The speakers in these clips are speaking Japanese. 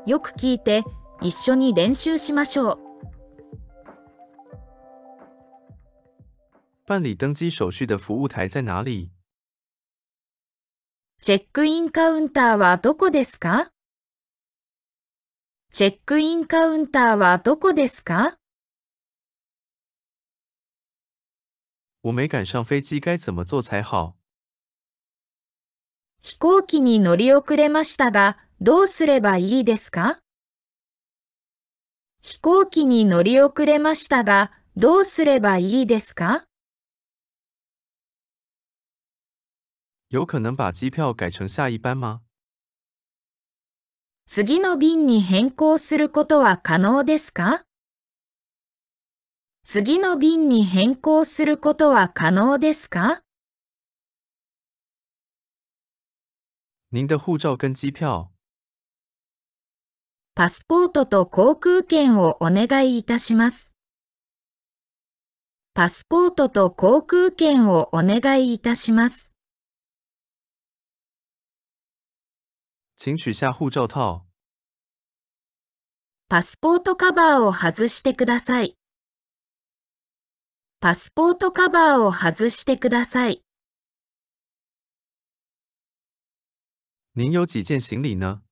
よく聞いて、一緒に練習しましょう。 办理登机手续的服务台在哪里？ チェックインカウンターはどこですか？チェックインカウンターはどこですか？ 我没赶上飞机，该怎么做才好？ 飛行機に乗り遅れましたが、どうすればいいですか？飛行機に乗り遅れましたが、どうすればいいですか？ 有可能把机票改成下一班吗？ 次の便に変更することは可能ですか？次の便に変更することは可能ですか？ 您的护照跟机票。 パスポートと航空券をお願いいたします。パスポートと航空券をお願いいたします。 请取下护照套。 パスポートカバーを外してください。パスポートカバーを外してください。 您有几件行李呢？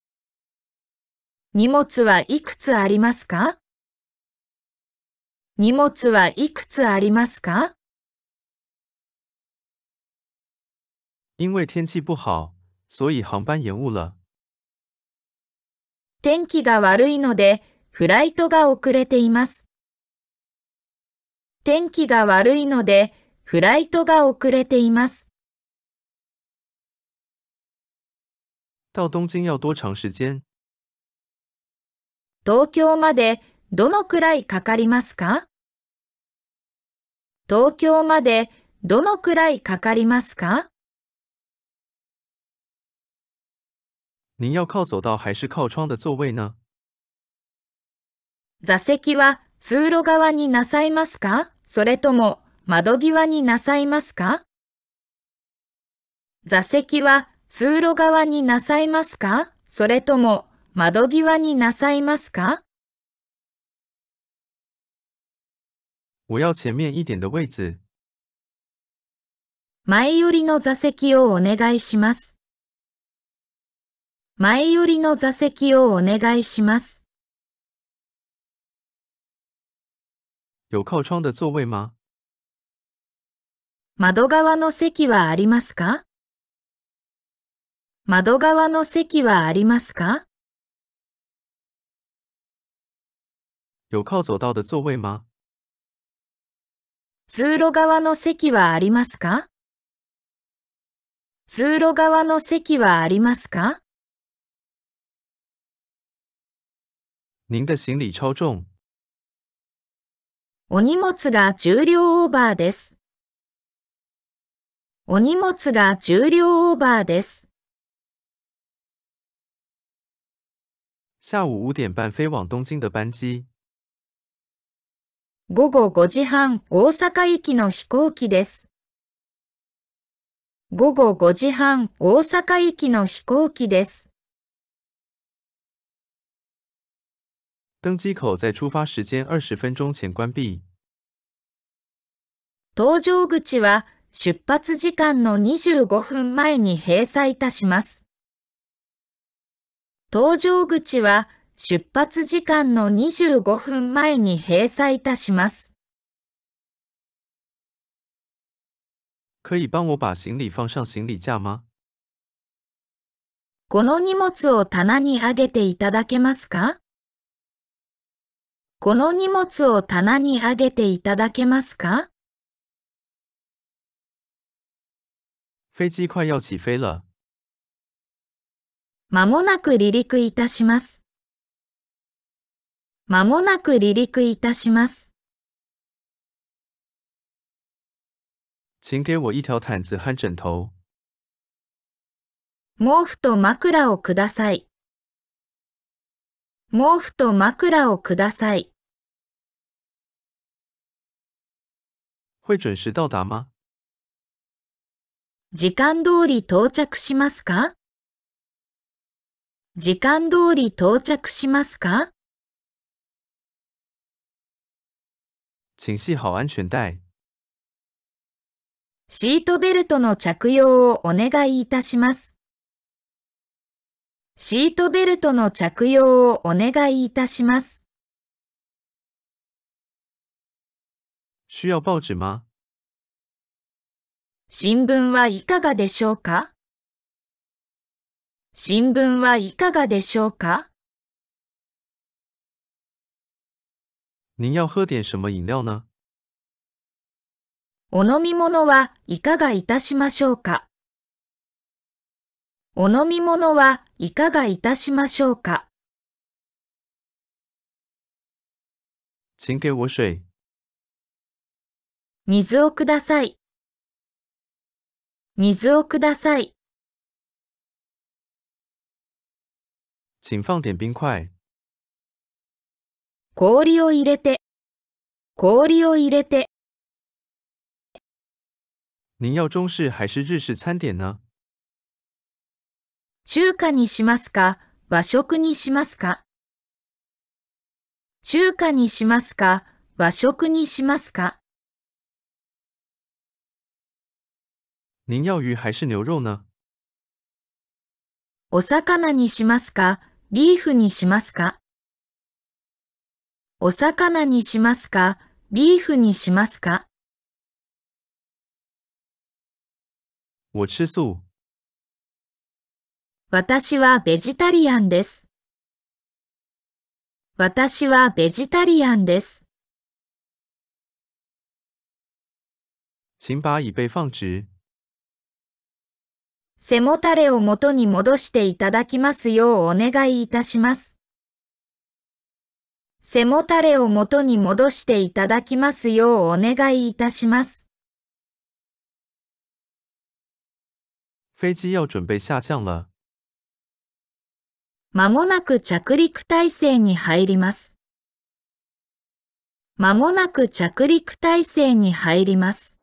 荷物はいくつありますか？荷物はいくつありますか？ 因为天气不好，所以航班延误了。 天気が悪いので、フライトが遅れています。天気が悪いので、フライトが遅れています。 到东京要多长时间？ 東京までどのくらいかかりますか？東京までどのくらいかかりますか？ 您要靠走道还是靠窗的座位呢？ 座席は通路側になさいますか？それとも窓際になさいますか？座席は通路側になさいますか？それとも窓際になさいますか？ 我要前面一点的位子。 前寄りの座席をお願いします。前寄りの座席をお願いします。 有靠窗的座位吗？ 窓側の席はありますか？窓側の席はありますか？ 有靠走道的座位吗？ 通路側の席はありますか？通路側の席はありますか？ 您的行李超重。 お荷物が重量オーバーです。お荷物が重量オーバーです。 下午5点半飞往东京的班机。 午後5時半大阪行きの飛行機です。午後5時半大阪行きの飛行機です。 登机口在出发时间20分钟前关闭。 搭乗口は出発時間の25分前に閉鎖いたします。搭乗口は出発時間の25分前に閉鎖いたします。 可以帮我把行李放上行李架吗？ この荷物を棚に上げていただけますか？この荷物を棚に上げていただけますか？ 飞机快要起飞了。 まもなく離陸いたします。まもなく離陸いたします。 请给我一条毯子和枕头。 毛布と枕をください。毛布と枕をください。 会准时到达吗？ 時間通り到着しますか？ 時間通り到着しますか？ 请系好安全带。 シートベルトの着用をお願いいたします。シートベルトの着用をお願いいたします。 需要报纸吗？ 新聞はいかがでしょうか？新聞はいかがでしょうか？ 您要喝点什么饮料呢？ お飲み物はいかがいたしましょうか？お飲み物はいかがいたしましょうか？ 请给我水。 水をください。水をください。 请放点冰块。 氷を入れて。氷を入れて。 您要中式还是日式餐点呢？ 中華にしますか？和食にしますか？中華にしますか？和食にしますか？ 您要鱼还是牛肉呢？ お魚にしますか？ビーフにしますか？お魚にしますか？ビーフにしますか？ 我吃素。 私はベジタリアンです。私はベジタリアンです。 请把椅背放直。 背もたれを元に戻していただきますようお願いいたします。背もたれを元に戻していただきますようお願いいたします。 飞机要准备下降了。 まもなく着陸態勢に入ります。まもなく着陸態勢に入ります。